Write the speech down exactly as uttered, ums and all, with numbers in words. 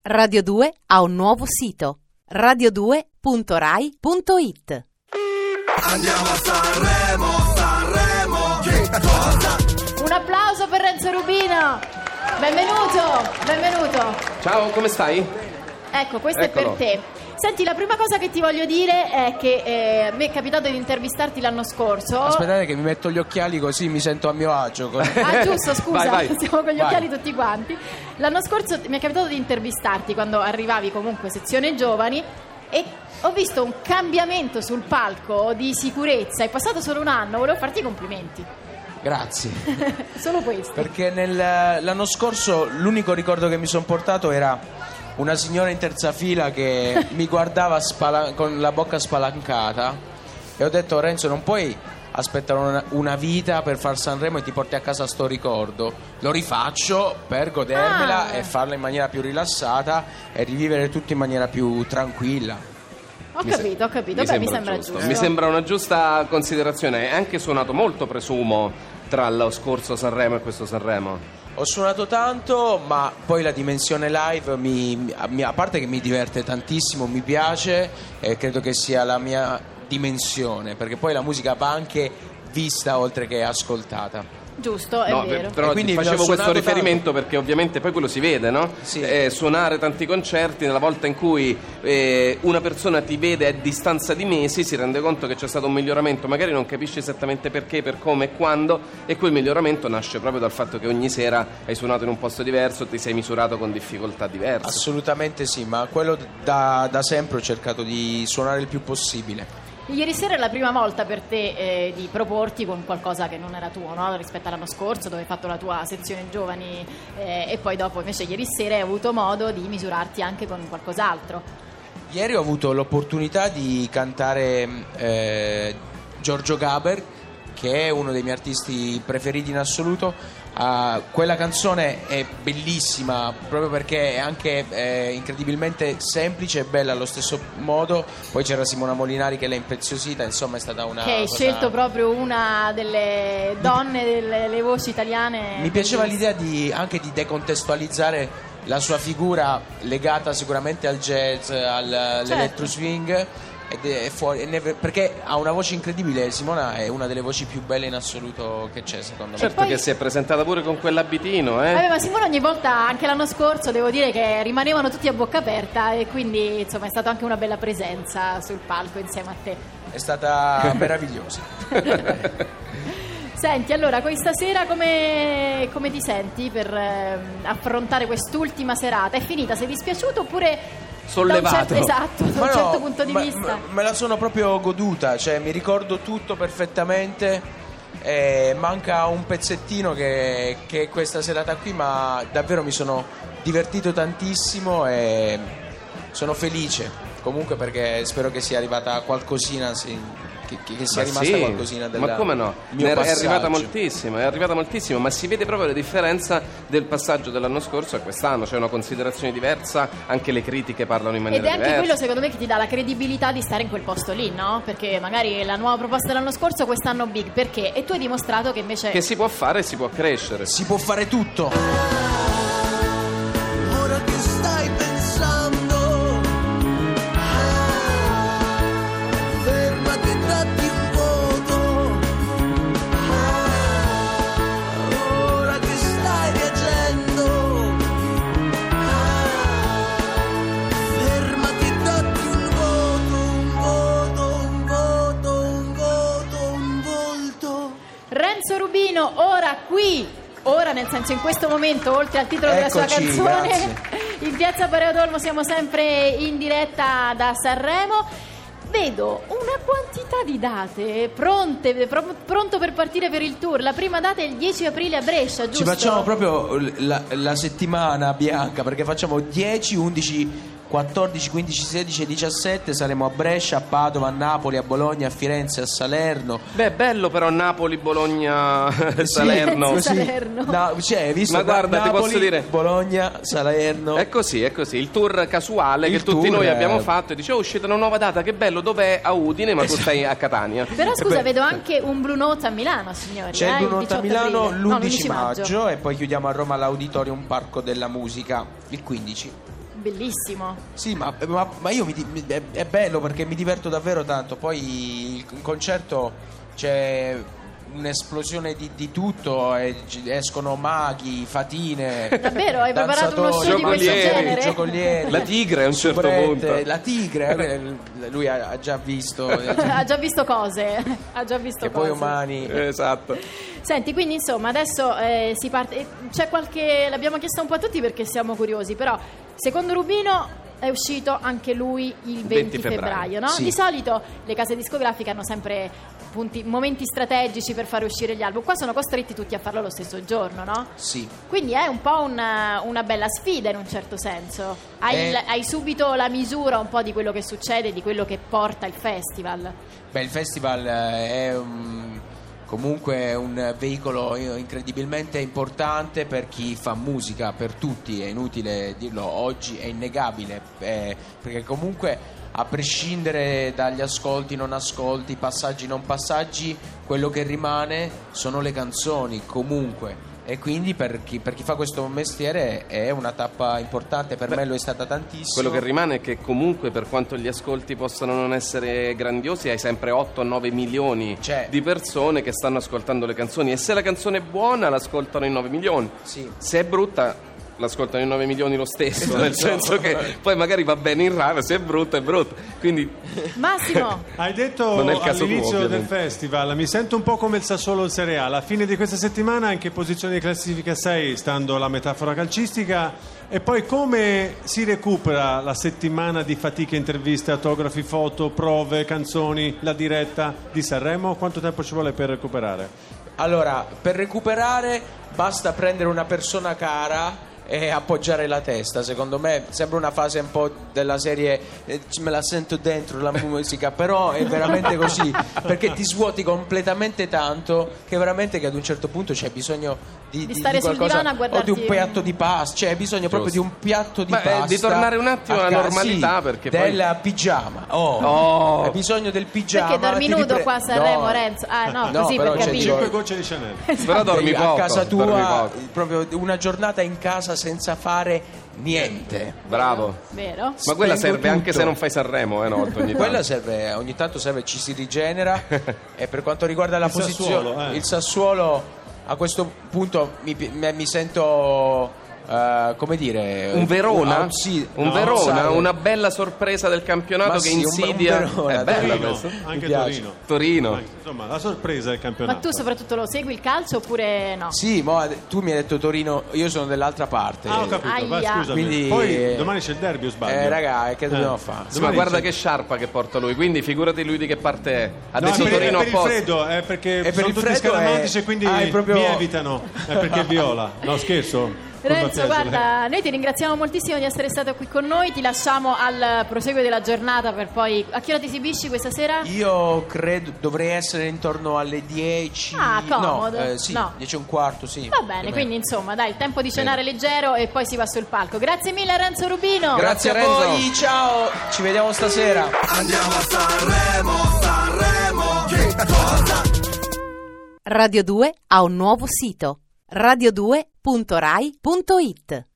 Radio due ha un nuovo sito: radio due punto rai punto it. Andiamo a Sanremo, Sanremo, che cosa? Un applauso per Renzo Rubino. Benvenuto, benvenuto. Ciao, come stai? Ecco, questo Eccolo. è per te. Senti, la prima cosa che ti voglio dire è che eh, a me è capitato di intervistarti l'anno scorso. Aspettate che mi metto gli occhiali così mi sento a mio agio. Ah, giusto, scusa, Vai, vai. siamo con gli Vai. occhiali tutti quanti. L'anno scorso mi è capitato di intervistarti quando arrivavi comunque sezione giovani e ho visto un cambiamento sul palco di sicurezza. È passato solo un anno, volevo farti i complimenti. Grazie. Solo questo. Perché nel, l'anno scorso l'unico ricordo che mi sono portato era una signora in terza fila che mi guardava spala- con la bocca spalancata e ho detto: Renzo, non puoi aspettare una, una vita per far Sanremo e ti porti a casa sto ricordo. Lo rifaccio per godermela Ah. e farla in maniera più rilassata e rivivere tutto in maniera più tranquilla. Ho Mi se- capito, ho capito. Beh, mi sembra giusto. Mi sembra una giusta considerazione. È anche suonato molto, presumo, tra lo scorso Sanremo e questo Sanremo. Ho suonato tanto, ma poi la dimensione live, mi, mi- a parte che mi diverte tantissimo, mi piace e credo che sia la mia dimensione, perché poi la musica va anche vista oltre che ascoltata. Giusto, è No, vero. per- però E quindi ti vi ho facevo questo suonato riferimento perché ovviamente poi quello si vede, no? Sì. Eh, suonare tanti concerti nella volta in cui eh, una persona ti vede a distanza di mesi, si rende conto che c'è stato un miglioramento, magari non capisce esattamente perché, per come e quando, e quel miglioramento nasce proprio dal fatto che ogni sera hai suonato in un posto diverso, ti sei misurato con difficoltà diverse. Assolutamente sì, ma quello da, da sempre ho cercato di suonare il più possibile. Ieri sera è la prima volta per te eh, di proporti con qualcosa che non era tuo, no? Rispetto all'anno scorso dove hai fatto la tua sezione giovani eh, e poi dopo invece ieri sera hai avuto modo di misurarti anche con qualcos'altro. Ieri ho avuto l'opportunità di cantare eh, Giorgio Gaber, che è uno dei miei artisti preferiti in assoluto. Uh, quella canzone è bellissima proprio perché è anche eh, incredibilmente semplice e bella allo stesso modo. Poi c'era Simona Molinari che l'ha impreziosita, insomma è stata una Che hai cosa... scelto proprio una delle donne delle le voci italiane. Mi piaceva bellissime. l'idea di, anche di decontestualizzare la sua figura legata sicuramente al jazz, al, all'electro swing ed è fuori, e ne- perché ha una voce incredibile. Simona è una delle voci più belle in assoluto che c'è, secondo me. Certo poi- che si è presentata pure con quell'abitino, eh? Vabbè, ma Simone ogni volta, anche l'anno scorso, devo dire che rimanevano tutti a bocca aperta e quindi insomma è stata anche una bella presenza sul palco insieme a te. È stata meravigliosa. Senti, allora, questa sera come, come ti senti per ehm, affrontare quest'ultima serata? È finita? Sei dispiaciuto oppure Sollevato. da un certo, esatto, da Ma un no, certo punto di ma- vista? ma- me la sono proprio goduta, cioè mi ricordo tutto perfettamente. eh, manca un pezzettino che, che è questa serata qui, ma davvero mi sono divertito tantissimo e sono felice comunque perché spero che sia arrivata qualcosina, sì, che, che- che sia Ma rimasta sì, qualcosina della, ma come no? mio Ne è passaggio. arrivata moltissimo, è arrivata moltissimo, ma si vede proprio la differenza del passaggio dell'anno scorso a quest'anno, c'è una considerazione diversa, anche le critiche parlano in Ed maniera è anche diversa. quello secondo me che ti dà la credibilità di stare in quel posto lì, no? Perché magari la nuova proposta dell'anno scorso quest'anno big, perché? E tu hai dimostrato che invece... Che si può fare e si può crescere. Si può fare tutto. Ora che stai pensando, fermati e datti un voto. Ora che stai reagendo, fermati e datti un voto, un voto, un voto, un voto, un volto. Renzo Rubino, ora qui, ora nel senso in questo momento, oltre al titolo della sua Eccoci, canzone, grazie. in Piazza Pareodolmo siamo sempre in diretta da Sanremo. Vedo una quantità di date pronte, pro- pronto per partire per il tour. La prima data è il dieci aprile a Brescia, giusto? Ci facciamo proprio la, la settimana bianca perché facciamo dieci, undici, quattordici, quindici, sedici e diciassette. Saremo a Brescia, a Padova, a Napoli, a Bologna, a Firenze, a Salerno. Beh, bello però Napoli, Bologna, Salerno. Sì. Salerno. No, cioè, hai visto Ma guarda, ti Napoli, posso dire- Bologna, Salerno. È così, è così, il tour casuale Il che tutti tour noi è- abbiamo fatto e dice: oh, è uscita una nuova data, che bello, dov'è? A Udine, ma tu stai a Catania. Però scusa, beh, vedo anche un Blue Note a Milano, signori. C'è eh, il Blue Note a diciotto Milano aprile. No, l'undici maggio e poi chiudiamo a Roma all'Auditorium Parco della Musica il quindici. Bellissimo. Sì, ma, ma- ma io mi, di- mi- è, è bello perché mi diverto davvero tanto. Poi il, il concerto c'è un'esplosione di, di tutto, e gi- escono maghi, fatine. Davvero? Hai preparato uno danzatori, show di questo giocolieri, genere? giocolieri, La tigre a un certo soubrette, punto. la tigre, eh, lui ha, ha già visto Ha già visto cose. Ha già visto e cose. poi umani. Esatto. Senti, quindi insomma adesso eh, si parte. eh, C'è qualche. L'abbiamo chiesto un po' a tutti perché siamo curiosi, però secondo Rubino è uscito anche lui il venti, venti febbraio, febbraio, no? sì. Di solito le case discografiche hanno sempre punti, momenti strategici per fare uscire gli album. Qua sono costretti tutti a farlo lo stesso giorno, no? Sì. Quindi è un po' una, una bella sfida in un certo senso. Hai, Eh. il- hai subito la misura un po' di quello che succede, di quello che porta il festival. Beh, il festival eh, è un- comunque un veicolo incredibilmente importante per chi fa musica, per tutti, è inutile dirlo, oggi è innegabile, eh, perché comunque a prescindere dagli ascolti, non ascolti, passaggi, non passaggi, quello che rimane sono le canzoni comunque. E quindi per chi, per chi fa questo mestiere è una tappa importante, per Beh, me lo è stata tantissimo. Quello che rimane è che comunque, per quanto gli ascolti possano non essere grandiosi, hai sempre otto nove milioni C'è. di persone che stanno ascoltando le canzoni, e se la canzone è buona l'ascoltano in nove milioni. Sì. Se è brutta l'ascoltano in nove milioni lo stesso, nel senso che poi magari va bene in radio, se è brutta è brutta. Quindi Massimo, Hai detto Non è il caso all'inizio tuo, del ovviamente. festival, mi sento un po' come il Sassuolo il Serie A. Alla fine di questa settimana in che posizione di classifica sei, stando alla metafora calcistica? E poi come si recupera la settimana di fatiche, interviste, autografi, foto, prove, canzoni, la diretta di Sanremo? Quanto tempo ci vuole per recuperare? Allora, per recuperare basta prendere una persona cara e appoggiare la testa. Secondo me sembra una fase un po' della serie eh, me la sento dentro la musica, però è veramente così, perché ti svuoti completamente tanto che veramente che ad un certo punto c'è bisogno di, Di stare sul qualcosa, divano a guardarti o di un piatto di pasta, cioè hai bisogno proprio di un piatto di Beh, eh, pasta, di tornare un attimo alla a ca- normalità, sì, perché poi- del pigiama. Oh, Oh. hai bisogno del pigiama. perché dormi ti nudo ripre- qua a Sanremo, No. Renzo? Ah no, No, così però per c'è capire. Giorgio. Cinque gocce di Chanel. però dormi a poco, casa dormi tua, poco. proprio una giornata in casa senza fare niente. Bravo. Vero? Ma quella Spengo serve anche tutto. se non fai Sanremo, eh, no, ogni tanto. Quella serve, ogni tanto serve, ci si rigenera. E per quanto riguarda la Il posizione, Sassuolo, eh. il Sassuolo a questo punto mi, mi- mi sento eh, come dire Un Verona? un outside- Un no, Verona, outsider. una bella sorpresa del campionato Ma che sì, un- un insidia. Verona, È bella Torino, questa. anche Mi piace. Torino. Torino. Ma, insomma, la sorpresa del campionato. Ma tu soprattutto lo segui il calcio oppure no? Sì, mo, tu mi hai detto Torino, io sono dell'altra parte. Ah, ho capito, vai, Aia. scusami. Quindi, Poi eh, domani c'è il derby, o sbaglio? Eh, raga, che dobbiamo Eh. fare? Sì, ma Domani guarda c'è- che sciarpa che porta lui, quindi figurati lui di che parte è. Ha No, è detto per, Torino è per il apposta. freddo, è perché E per sono il tutti freddo scaramantici è- e quindi ah, è proprio- mi evitano. È perché è viola. No, scherzo. Colpa Renzo, tua, guarda, noi ti ringraziamo moltissimo di essere stato qui con noi, ti lasciamo al proseguo della giornata per poi... A che ora ti esibisci questa sera? Io credo dovrei essere intorno alle dieci. Ah, comodo. No, eh, sì, No. dieci e un quarto, sì. Va più o bene, meno. quindi insomma, dai, tempo di cenare leggero e poi si va sul palco. Grazie mille Renzo Rubino. Grazie a Renzo. voi, ciao, ci vediamo stasera. Andiamo a Sanremo, Sanremo, che cosa? Radio due ha un nuovo sito radio due punto rai punto it.